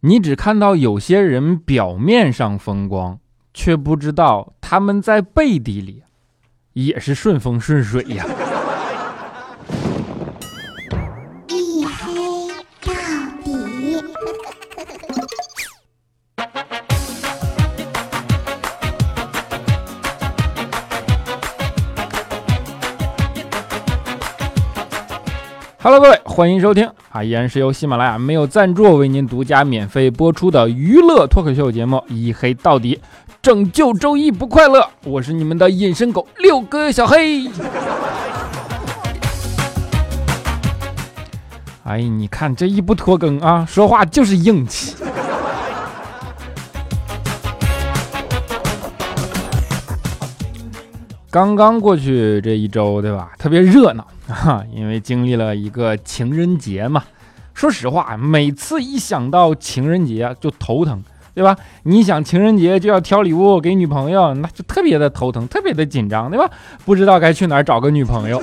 你只看到有些人表面上风光，却不知道他们在背地里也是顺风顺水呀。 一黑到底。 Hello， 各位，欢迎收听依然是由喜马拉雅没有赞助为您独家免费播出的娱乐脱口秀节目《一黑到底》，拯救周一不快乐。我是你们的隐身狗六哥小黑。哎，你看这一不拖更啊，说话就是硬气。刚刚过去这一周，对吧？特别热闹啊，因为经历了一个情人节嘛。说实话，每次一想到情人节就头疼，对吧？你想情人节就要挑礼物给女朋友，那就特别的头疼，特别的紧张，对吧？不知道该去哪儿找个女朋友。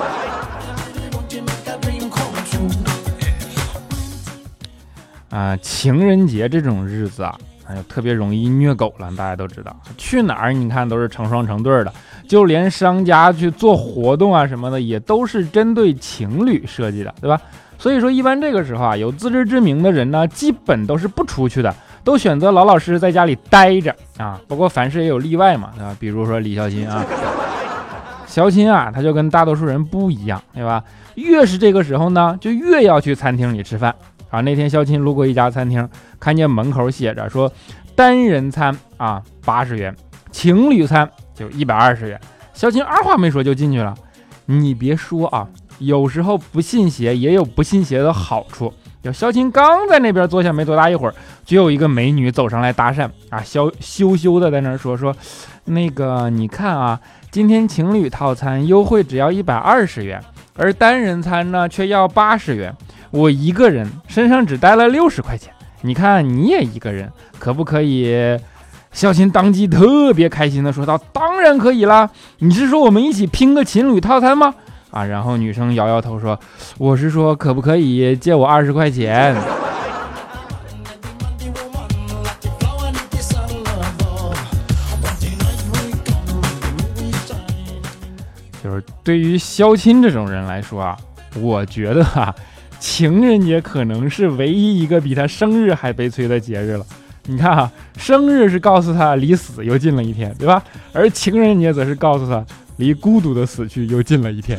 情人节这种日子啊，特别容易虐狗了，大家都知道。去哪儿你看都是成双成对的，就连商家去做活动啊什么的，也都是针对情侣设计的，对吧？所以说一般这个时候啊，有自知之明的人呢，基本都是不出去的，都选择老老实实在家里待着啊。不过凡事也有例外嘛，对吧？比如说李孝钦啊，小钦啊，他就跟大多数人不一样，对吧？越是这个时候呢，就越要去餐厅里吃饭。那天肖钦路过一家餐厅，看见门口写着说单人餐80元，情侣餐就120元。肖钦二话没说就进去了。你别说啊，有时候不信邪也有不信邪的好处。肖钦刚在那边坐下没多大一会儿，就有一个美女走上来搭讪羞羞的在那说那个你看啊，今天情侣套餐优惠只要120元，而单人餐呢却要80元。我一个人身上只带了60块钱，你看你也一个人，可不可以？肖钦当即特别开心的说道：“当然可以啦！你是说我们一起拼个情侣套餐吗？”然后女生摇摇头说：“我是说可不可以借我20块钱？”就是对于肖钦这种人来说我觉得情人节可能是唯一一个比他生日还悲催的节日了。你看生日是告诉他离死又近了一天，对吧？而情人节则是告诉他离孤独的死去又近了一天。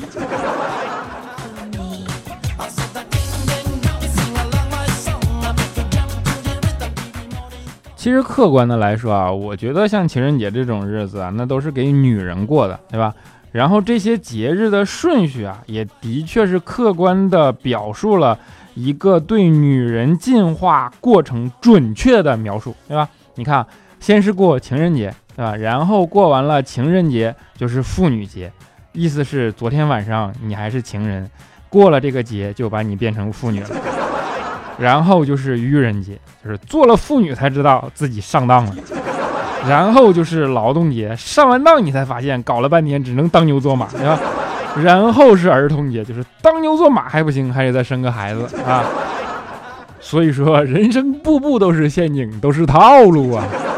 其实客观的来说我觉得像情人节这种日子那都是给女人过的，对吧？然后这些节日的顺序也的确是客观的表述了一个对女人进化过程准确的描述，对吧？你看，先是过情人节，对吧？然后过完了情人节就是妇女节，意思是昨天晚上你还是情人，过了这个节就把你变成妇女了。然后就是愚人节，就是做了妇女才知道自己上当了。然后就是劳动节，上完当你才发现搞了半天只能当牛做马，对吧？然后是儿童节，就是当牛做马还不行，还得再生个孩子所以说人生步步都是陷阱，都是套路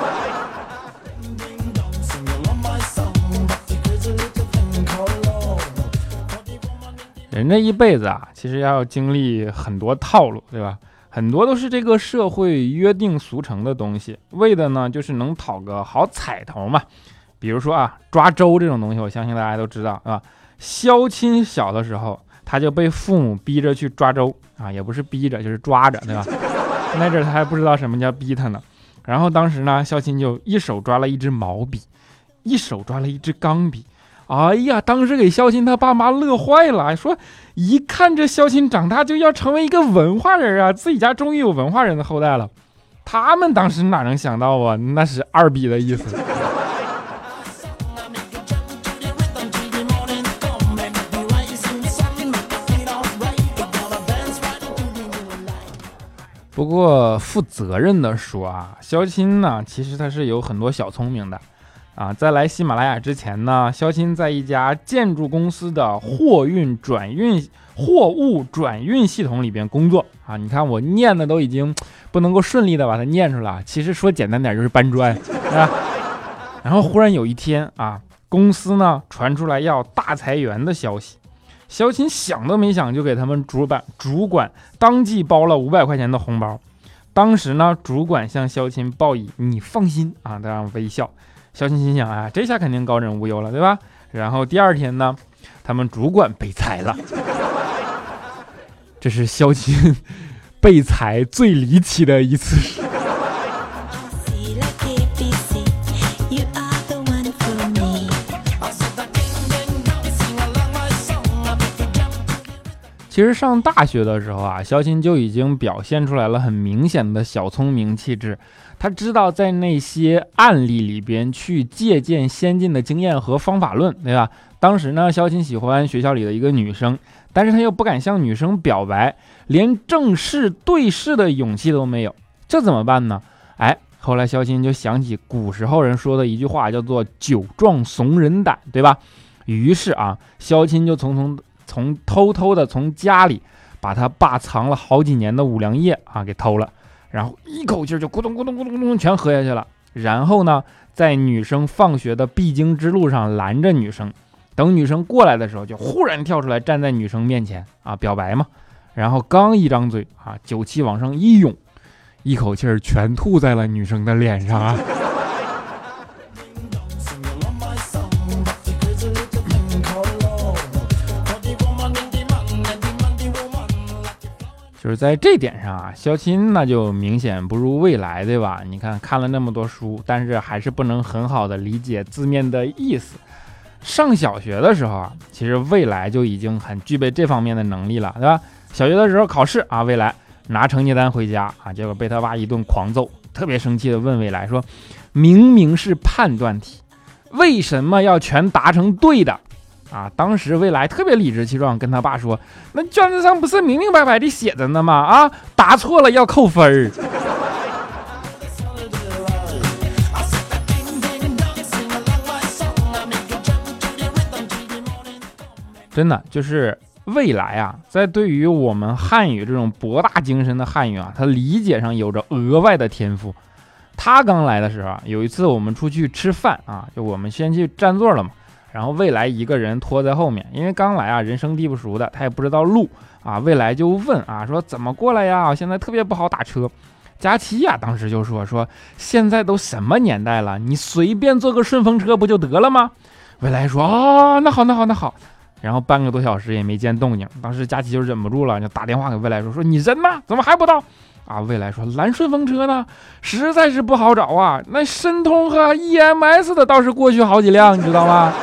人这一辈子其实要经历很多套路，对吧？很多都是这个社会约定俗成的东西，为的呢就是能讨个好彩头嘛。比如说抓周这种东西，我相信大家都知道肖钦小的时候他就被父母逼着去抓周也不是逼着就是抓着，对吧？那阵他还不知道什么叫逼他呢。然后当时呢，肖钦就一手抓了一支毛笔，一手抓了一支钢笔。哎呀，当时给肖钦他爸妈乐坏了，说一看这肖钦长大就要成为一个文化人自己家终于有文化人的后代了。他们当时哪能想到那是2笔的意思。不过负责任的说肖钦呢其实他是有很多小聪明的在来喜马拉雅之前呢，肖钦在一家建筑公司的货运转运货物转运系统里边工作啊。你看我念的都已经不能够顺利的把它念出来，其实说简单点就是搬砖啊。然后忽然有一天啊，公司呢传出来要大裁员的消息，小秦想都没想就给他们主管当即包了500块钱的红包。当时呢，主管向小秦报以你放心啊这样微笑。小秦心想啊，这下肯定高枕无忧了，对吧？然后第二天呢，他们主管被裁了。这是小秦被裁最离奇的一次。其实上大学的时候啊，小秦就已经表现出来了很明显的小聪明气质。他知道在那些案例里边去借鉴先进的经验和方法论，对吧？当时呢，小秦喜欢学校里的一个女生，但是他又不敢向女生表白，连正式对视的勇气都没有，这怎么办呢？后来小秦就想起古时候人说的一句话，叫做酒壮怂人胆，对吧？于是啊，小秦就偷偷的从家里把他爸藏了好几年的五粮液啊给偷了，然后一口气就咕咚咕咚咕咚咕咚全喝下去了。然后呢，在女生放学的必经之路上拦着女生，等女生过来的时候，就忽然跳出来站在女生面前啊表白嘛。然后刚一张嘴啊，酒气往上一涌，一口气全吐在了女生的脸上啊。就是在这点上啊，小秦那就明显不如未来，对吧？你看了那么多书，但是还是不能很好的理解字面的意思。上小学的时候啊，其实未来就已经很具备这方面的能力了，对吧？小学的时候考试啊，未来拿成绩单回家啊，结果被他爸一顿狂揍，特别生气的问未来说：“明明是判断题，为什么要全答成对的？”啊，当时未来特别理直气壮跟他爸说：“那卷子上不是明明白白的写着呢吗？啊，答错了要扣分儿。”真的就是未来啊，在对于我们汉语这种博大精深的汉语啊，他理解上有着额外的天赋。他刚来的时候啊，有一次我们出去吃饭啊，就我们先去占座了嘛。然后未来一个人拖在后面，因为刚来啊，人生地不熟的，他也不知道路啊。未来就问啊，说怎么过来呀？现在特别不好打车。佳期呀，当时就说现在都什么年代了，你随便坐个顺风车不就得了吗？未来说啊，那好。然后半个多小时也没见动静，当时佳期就忍不住了，就打电话给未来说你人呢？怎么还不到？啊，未来说拦顺风车呢，实在是不好找啊。那申通和 EMS 的倒是过去好几辆，你知道吗？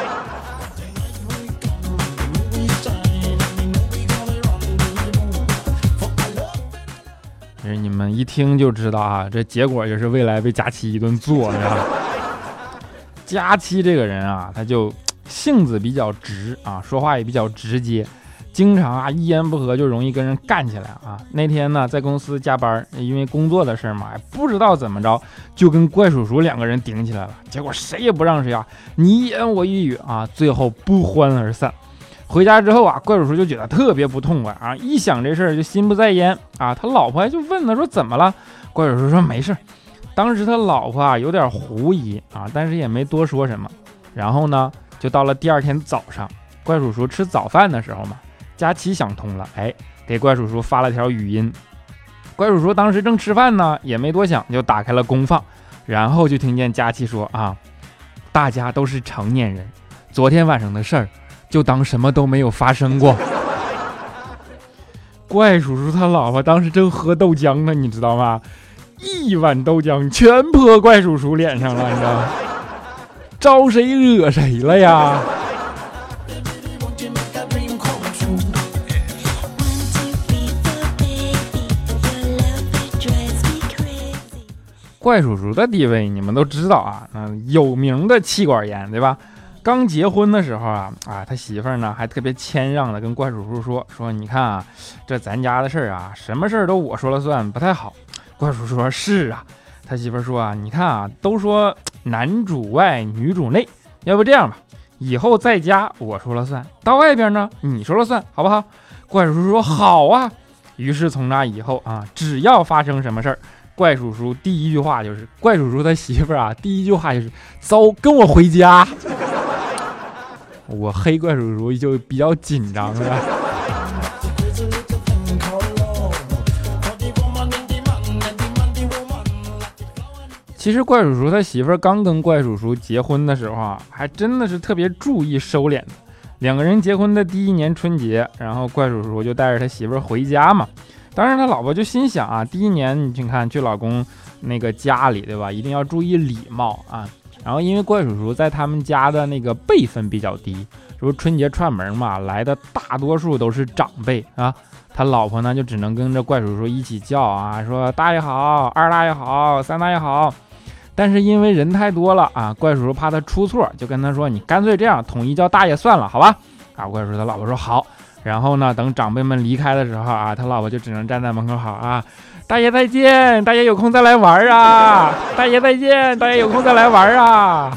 你们一听就知道啊，这结果就是未来被佳期一顿揍，是吧？佳期这个人啊，他就性子比较直啊，说话也比较直接，经常啊一言不合就容易跟人干起来啊。那天呢，在公司加班，因为工作的事嘛，不知道怎么着就跟怪叔叔两个人顶起来了，结果谁也不让谁啊，你一言我一语啊，最后不欢而散。回家之后啊，怪叔叔就觉得特别不痛快啊，一想这事儿就心不在焉啊。他老婆就问他说怎么了？怪叔叔说没事。当时他老婆啊有点狐疑啊，但是也没多说什么。然后呢，就到了第二天早上，怪叔叔吃早饭的时候嘛，佳期想通了，给怪叔叔发了条语音。怪叔叔当时正吃饭呢，也没多想就打开了公放，然后就听见佳期说啊，大家都是成年人，昨天晚上的事儿就当什么都没有发生过。怪叔叔他老婆当时正喝豆浆呢，你知道吗？一碗豆浆全泼怪叔叔脸上了，你知道吗？招谁惹谁了呀？怪叔叔的地位你们都知道啊，有名的气管炎，对吧？刚结婚的时候啊，他媳妇儿呢还特别谦让的跟怪叔叔说，你看啊，这咱家的事儿啊，什么事儿都我说了算，不太好。怪叔叔说是啊，他媳妇儿说啊，你看啊，都说男主外女主内，要不这样吧，以后在家我说了算，到外边呢你说了算，好不好？ 怪叔叔说好啊。于是从那以后啊，只要发生什么事儿，怪叔叔第一句话就是怪叔叔他媳妇儿啊，第一句话就是走，跟我回家。我黑怪叔叔就比较紧张了。其实怪叔叔他媳妇儿刚跟怪叔叔结婚的时候啊，还真的是特别注意收敛的。两个人结婚的第一年春节，然后怪叔叔就带着他媳妇儿回家嘛。当然他老婆就心想啊，第一年你去看去老公那个家里，对吧，一定要注意礼貌啊。然后因为怪叔叔在他们家的那个辈分比较低，这不春节串门嘛，来的大多数都是长辈啊。他老婆呢就只能跟着怪叔叔一起叫啊，说大爷好，二大爷好，三大爷好。但是因为人太多了啊，怪叔叔怕他出错，就跟他说你干脆这样统一叫大爷算了，好吧？啊，怪叔叔他老婆说好。然后呢，等长辈们离开的时候啊，他老婆就只能站在门口喊啊，大爷再见，大爷有空再来玩啊，大爷再见，大爷有空再来玩啊。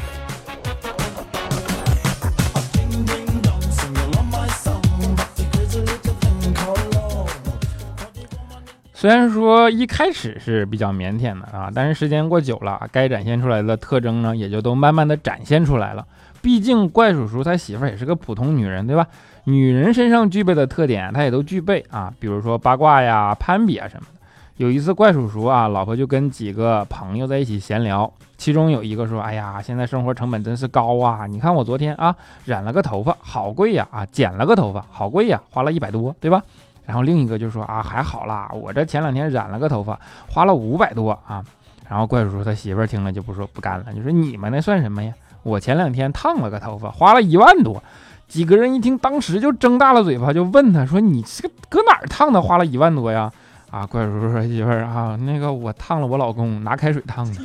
虽然说一开始是比较腼腆的啊，但是时间过久了，该展现出来的特征呢，也就都慢慢的展现出来了。毕竟怪叔叔他媳妇儿也是个普通女人，对吧？女人身上具备的特点他也都具备啊，比如说八卦呀、攀比啊什么的。有一次怪叔叔啊，老婆就跟几个朋友在一起闲聊，其中有一个说，哎呀，现在生活成本真是高啊，你看我昨天啊染了个头发好贵呀，啊剪了个头发好贵呀，花了100多，对吧？然后另一个就说啊，还好啦，我这前2天染了个头发花了500多啊。然后怪叔叔他媳妇儿听了就不干了，就说你们那算什么呀，我前2天烫了个头发花了1万多。几个人一听当时就睁大了嘴巴，就问他说你这个搁哪儿烫的花了1万多呀？啊，怪叔叔说媳妇儿啊，那个我烫了我老公拿开水烫的。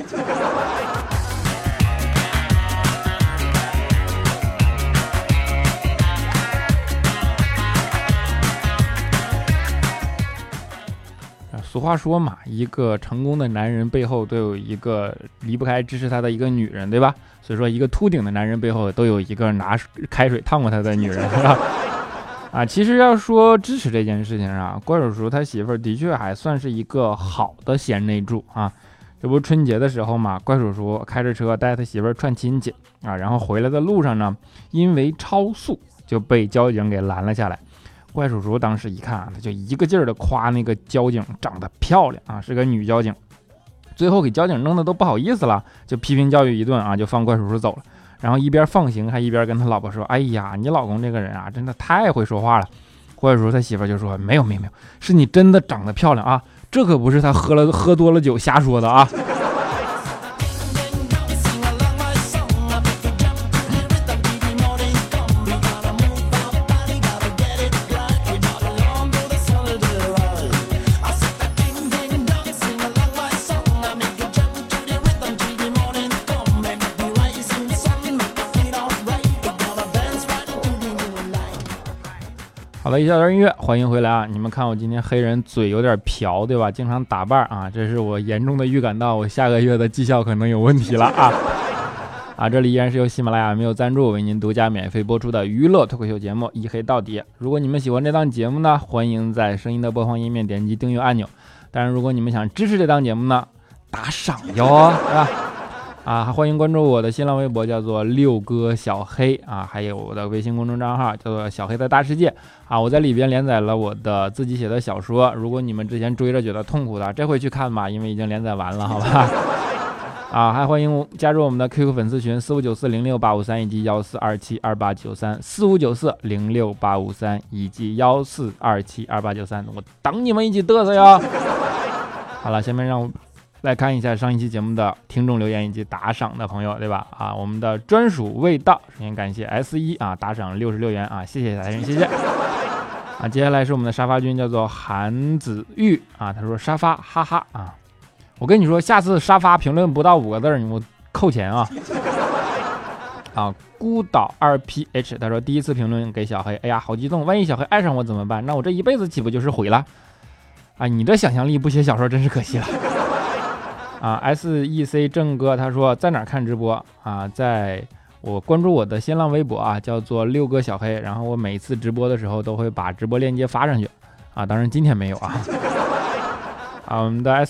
俗话说嘛，一个成功的男人背后都有一个离不开支持他的一个女人，对吧？所以说一个秃顶的男人背后都有一个拿开水烫过他的女人，是吧？啊，其实要说支持这件事情啊，怪叔叔他媳妇儿的确还算是一个好的贤内助啊。这不春节的时候嘛，怪叔叔开着车带他媳妇儿串亲戚啊，然后回来的路上呢，因为超速就被交警给拦了下来。怪叔叔当时一看啊，他就一个劲儿的夸那个交警长得漂亮啊，是个女交警。最后给交警弄得都不好意思了，就批评教育一顿啊，就放怪叔叔走了。然后一边放行还一边跟他老婆说，哎呀，你老公这个人啊，真的太会说话了。怪叔叔他媳妇就说，没有，是你真的长得漂亮啊，这可不是他喝多了酒瞎说的啊。好了，一小段音乐，欢迎回来啊！你们看我今天黑人嘴有点瓢，对吧？经常打扮啊，这是我严重的预感到我下个月的绩效可能有问题了啊！这里依然是由喜马拉雅没有赞助为您独家免费播出的娱乐脱口秀节目一黑到底。如果你们喜欢这档节目呢，欢迎在声音的播放页面点击订阅按钮。当然，如果你们想支持这档节目呢，打赏哟，是吧？啊，还欢迎关注我的新浪微博，叫做六哥小黑啊，还有我的微信公众账号叫做小黑的大世界啊，我在里边连载了我的自己写的小说，如果你们之前追着觉得痛苦的，这回去看吧，因为已经连载完了，好吧？啊，还欢迎加入我们的 QQ 粉丝群4594068553以及1428934594068553以及14272893，我等你们一起嘚瑟呀！好了，下面让我来看一下上一期节目的听众留言以及打赏的朋友，对吧？啊，我们的专属味道，首先感谢 S1 啊，打赏66元啊，谢谢大家，谢谢。啊，接下来是我们的沙发君，叫做韩子玉啊，他说沙发，哈哈啊，我跟你说，下次沙发评论不到5个字，我扣钱啊。啊，孤岛 2PH 他说第一次评论给小黑，哎呀，好激动，万一小黑爱上我怎么办？那我这一辈子岂不就是毁了？啊，你这想象力不写小说真是可惜了。啊 ，SEC 正哥他说在哪看直播啊？在我关注我的新浪微博啊，叫做六哥小黑，然后我每次直播的时候都会把直播链接发上去啊，当然今天没有啊。我们的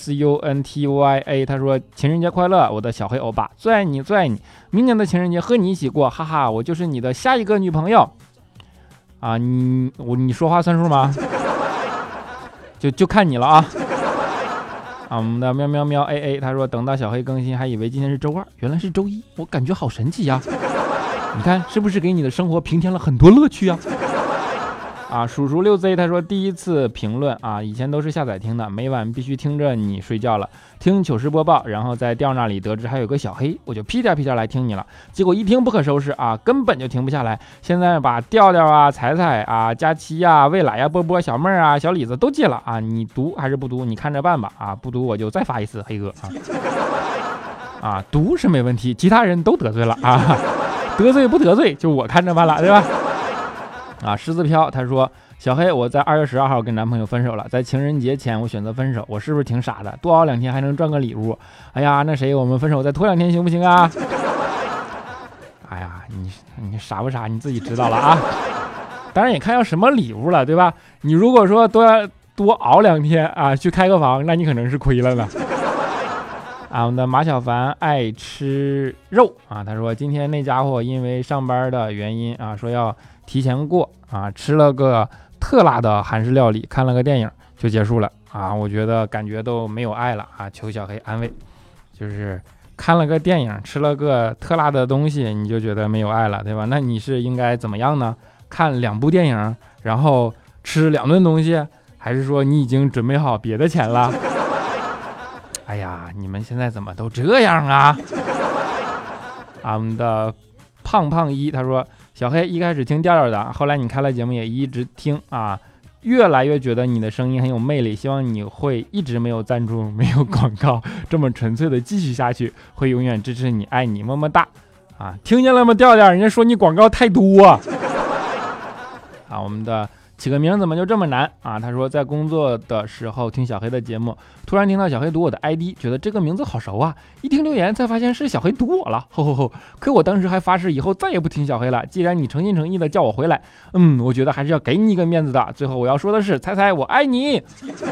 SUNTYA 他说情人节快乐，我的小黑欧巴，最爱你最爱你，明年的情人节和你一起过，哈哈，我就是你的下一个女朋友啊，你说话算数吗？就看你了啊。我们的喵喵喵 AA 他说等到小黑更新还以为今天是周二，原来是周一，我感觉好神奇呀。你看是不是给你的生活平添了很多乐趣啊？叔叔6Z 他说第一次评论啊，以前都是下载听的，每晚必须听着你睡觉了，听糗事播报，然后在调那里得知还有个小黑，我就屁颠屁颠来听你了，结果一听不可收拾啊，根本就停不下来。现在把调调啊、彩彩啊、佳期啊、未来啊、波波、小妹啊、小李子都接了啊，你读还是不读？你看着办吧啊，不读我就再发一次黑哥啊，读是没问题，其他人都得罪了啊，得罪不得罪就我看着办了，对吧？狮子飘他说小黑，我在2月12号跟男朋友分手了，在情人节前我选择分手，我是不是挺傻的？多熬2天还能赚个礼物。哎呀，那谁，我们分手再拖2天行不行啊？哎呀，你傻不傻你自己知道了啊。当然也看要什么礼物了，对吧？你如果说多熬2天啊，去开个房，那你可能是亏了呢。我们的马小凡爱吃肉啊，他说今天那家伙因为上班的原因啊，说要提前过啊，吃了个特辣的韩式料理，看了个电影就结束了啊，我觉得感觉都没有爱了啊，求小黑安慰。就是看了个电影，吃了个特辣的东西，你就觉得没有爱了，对吧？那你是应该怎么样呢？看2部电影，然后吃2顿东西，还是说你已经准备好别的钱了？哎呀，你们现在怎么都这样啊？我们的胖胖一他说小黑一开始听调调的，后来你开了节目也一直听啊，越来越觉得你的声音很有魅力，希望你会一直没有赞助没有广告，这么纯粹的继续下去，会永远支持你，爱你，么么哒啊！听见了吗？调调，人家说你广告太多啊。我们的起个名怎么就这么难啊？他说在工作的时候听小黑的节目，突然听到小黑读我的 ID， 觉得这个名字好熟啊，一听留言才发现是小黑读我了，吼吼吼！亏我当时还发誓以后再也不听小黑了，既然你诚心诚意的叫我回来，我觉得还是要给你一个面子的。最后我要说的是，彩彩我爱你，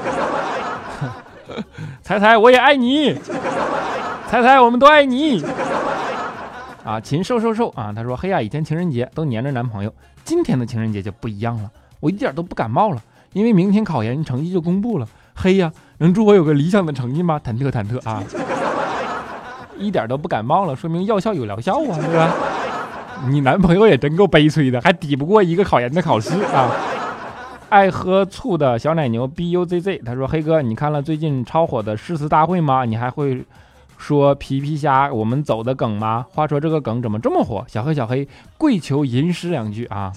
彩彩我也爱你，彩彩我们都爱你秦瘦啊，他说嘿呀，以前情人节都黏着男朋友，今天的情人节就不一样了，我一点都不感冒了，因为明天考研成绩就公布了。嘿呀，能祝我有个理想的成绩吗？忐忑啊！一点都不感冒了，说明药效有疗效啊，对吧？你男朋友也真够悲催的，还抵不过一个考研的考试啊！爱喝醋的小奶牛 BUZZ 他说黑哥，你看了最近超火的诗词大会吗？你还会说皮皮虾我们走的梗吗？话说这个梗怎么这么火？小黑跪求吟诗2句啊！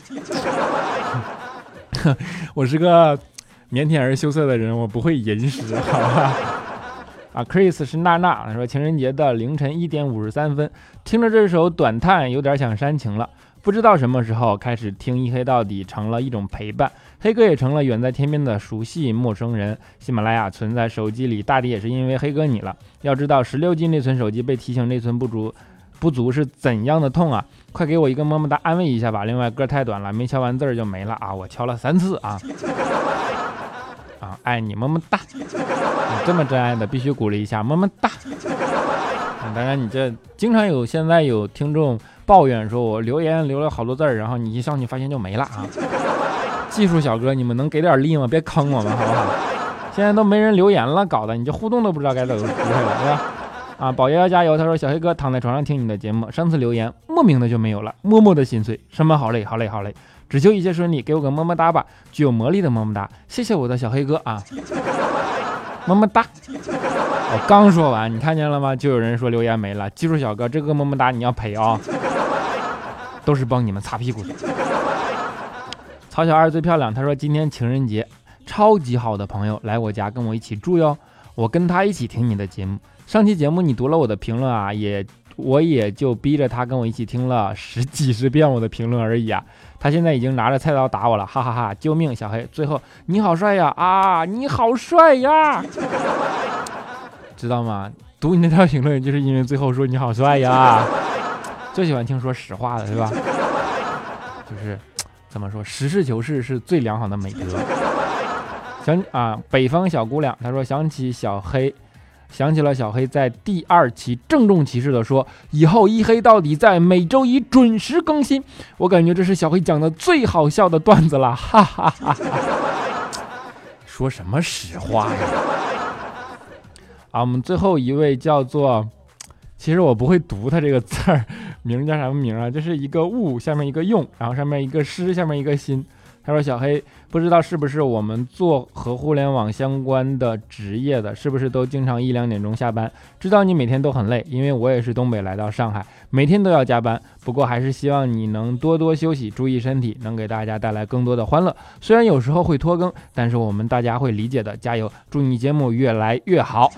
我是个腼腆而羞涩的人，我不会吟诗，好吧？Chris 是娜娜说情人节的凌晨1点53分，听着这首短叹有点想煽情了。不知道什么时候开始听一黑到底成了一种陪伴，黑哥也成了远在天边的熟悉陌生人。喜马拉雅存在手机里大抵也是因为黑哥你了。要知道16G 内存手机被提醒内存不足是怎样的痛啊！快给我一个么么哒安慰一下吧。另外歌太短了，没敲完字儿就没了啊！我敲了3次啊！爱你么么哒！这么真爱的必须鼓励一下，么么哒！当然你这经常现在有听众抱怨说我留言留了好多字儿，然后你一上去发现就没了啊！技术小哥，你们能给点力吗？别坑我们好不好？现在都没人留言了，搞得你这互动都不知道该怎么回事了，对吧？宝爷要加油，他说小黑哥躺在床上听你的节目，上次留言莫名的就没有了，默默的心碎，什么好累，只求一切顺利，给我个么么哒吧，具有魔力的么么哒，谢谢我的小黑哥啊，么么哒。我刚说完，你看见了吗？就有人说留言没了，技术小哥，这个么么哒你要赔啊，都是帮你们擦屁股的。曹小二最漂亮，他说今天情人节，超级好的朋友来我家跟我一起住哟，我跟他一起听你的节目，上期节目你读了我的评论啊，我也就逼着他跟我一起听了几十遍我的评论而已啊，他现在已经拿着菜刀打我了，哈哈哈！救命，小黑！最后你好帅呀啊，你好帅呀！知道吗？读你那条评论就是因为最后说你好帅呀。 最喜欢听说实话的，对吧？就是怎么说，实事求是是最良好的美德。北方小姑娘她说想起了小黑在第2期郑重其事的说，以后一黑到底在每周一准时更新。我感觉这是小黑讲的最好笑的段子了，哈哈哈哈。说什么实话呀？我们最后一位叫做，其实我不会读他这个字儿，名叫什么名啊？这是一个物下面一个用，然后上面一个诗，下面一个心。他说小黑不知道是不是我们做和互联网相关的职业的，是不是都经常1-2点钟下班？知道你每天都很累，因为我也是东北来到上海，每天都要加班，不过还是希望你能多多休息，注意身体，能给大家带来更多的欢乐。虽然有时候会拖更，但是我们大家会理解的，加油，祝你节目越来越好。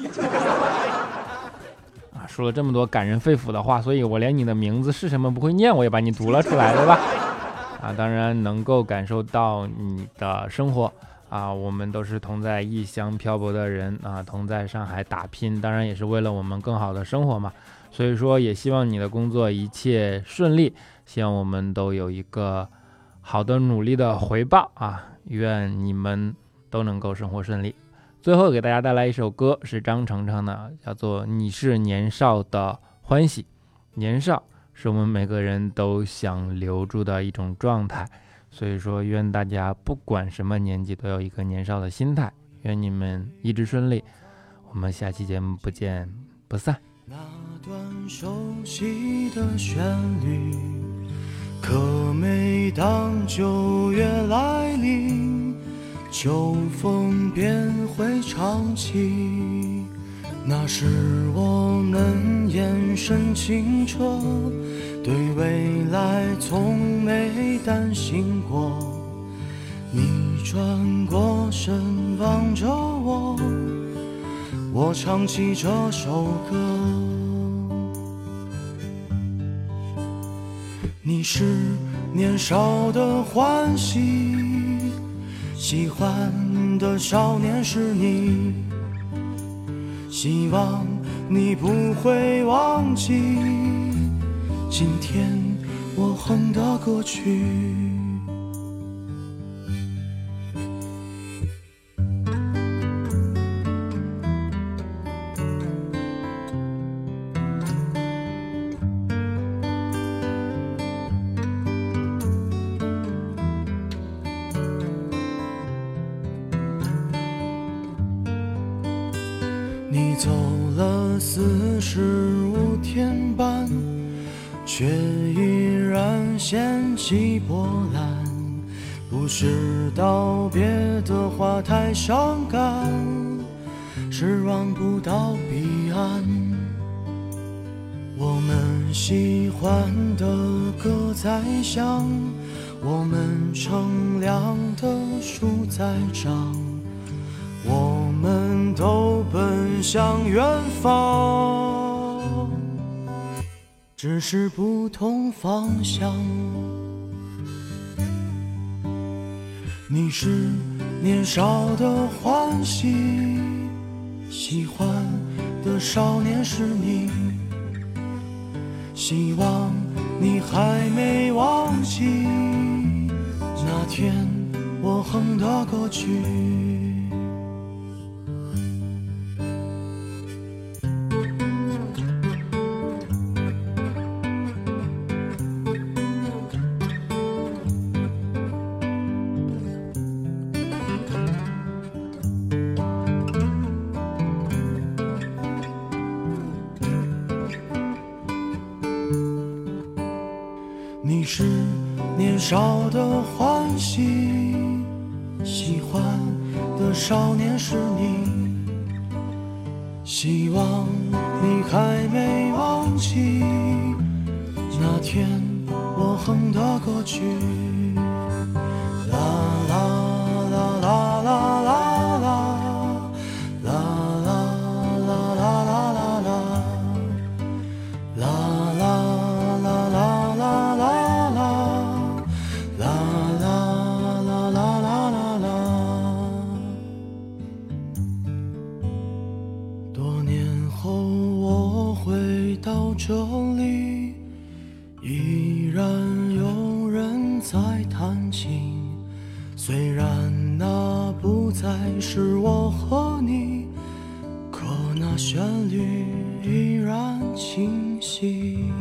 说了这么多感人肺腑的话，所以我连你的名字是什么不会念，我也把你读了出来，对吧？当然能够感受到你的生活我们都是同在异乡漂泊的人同在上海打拼，当然也是为了我们更好的生活嘛。所以说也希望你的工作一切顺利，希望我们都有一个好的努力的回报愿你们都能够生活顺利。最后给大家带来一首歌，是张程唱的，叫做《你是年少的欢喜》。年少是我们每个人都想留住的一种状态，所以说愿大家不管什么年纪都有一个年少的心态，愿你们一直顺利。我们下期节目不见不散。 那段熟悉的旋律，可每当9月来临，秋风便会唱起。那时我们眼神清澈，对未来从没担心过。你转过身望着我，我唱起这首歌。你是年少的欢喜，喜欢的少年是你，希望你不会忘记今天我哼的歌曲。你走了45天半，却依然掀起波澜。不是道别的话太伤感，是望不到彼岸。我们喜欢的歌在响，我们乘凉的树在长，我们都奔向远方，只是不同方向。你是年少的欢喜，喜欢的少年是你，希望你还没忘记那天我哼的歌曲。你是年少的欢喜，喜欢的少年是你，希望你还没忘记那天我哼的歌曲。啦啦啦啦啦啦啦啦啦啦啦啦啦啦啦啦多年后我回到这里， 依然有人在弹琴，虽然那不再是我和你，可那旋律依然清晰。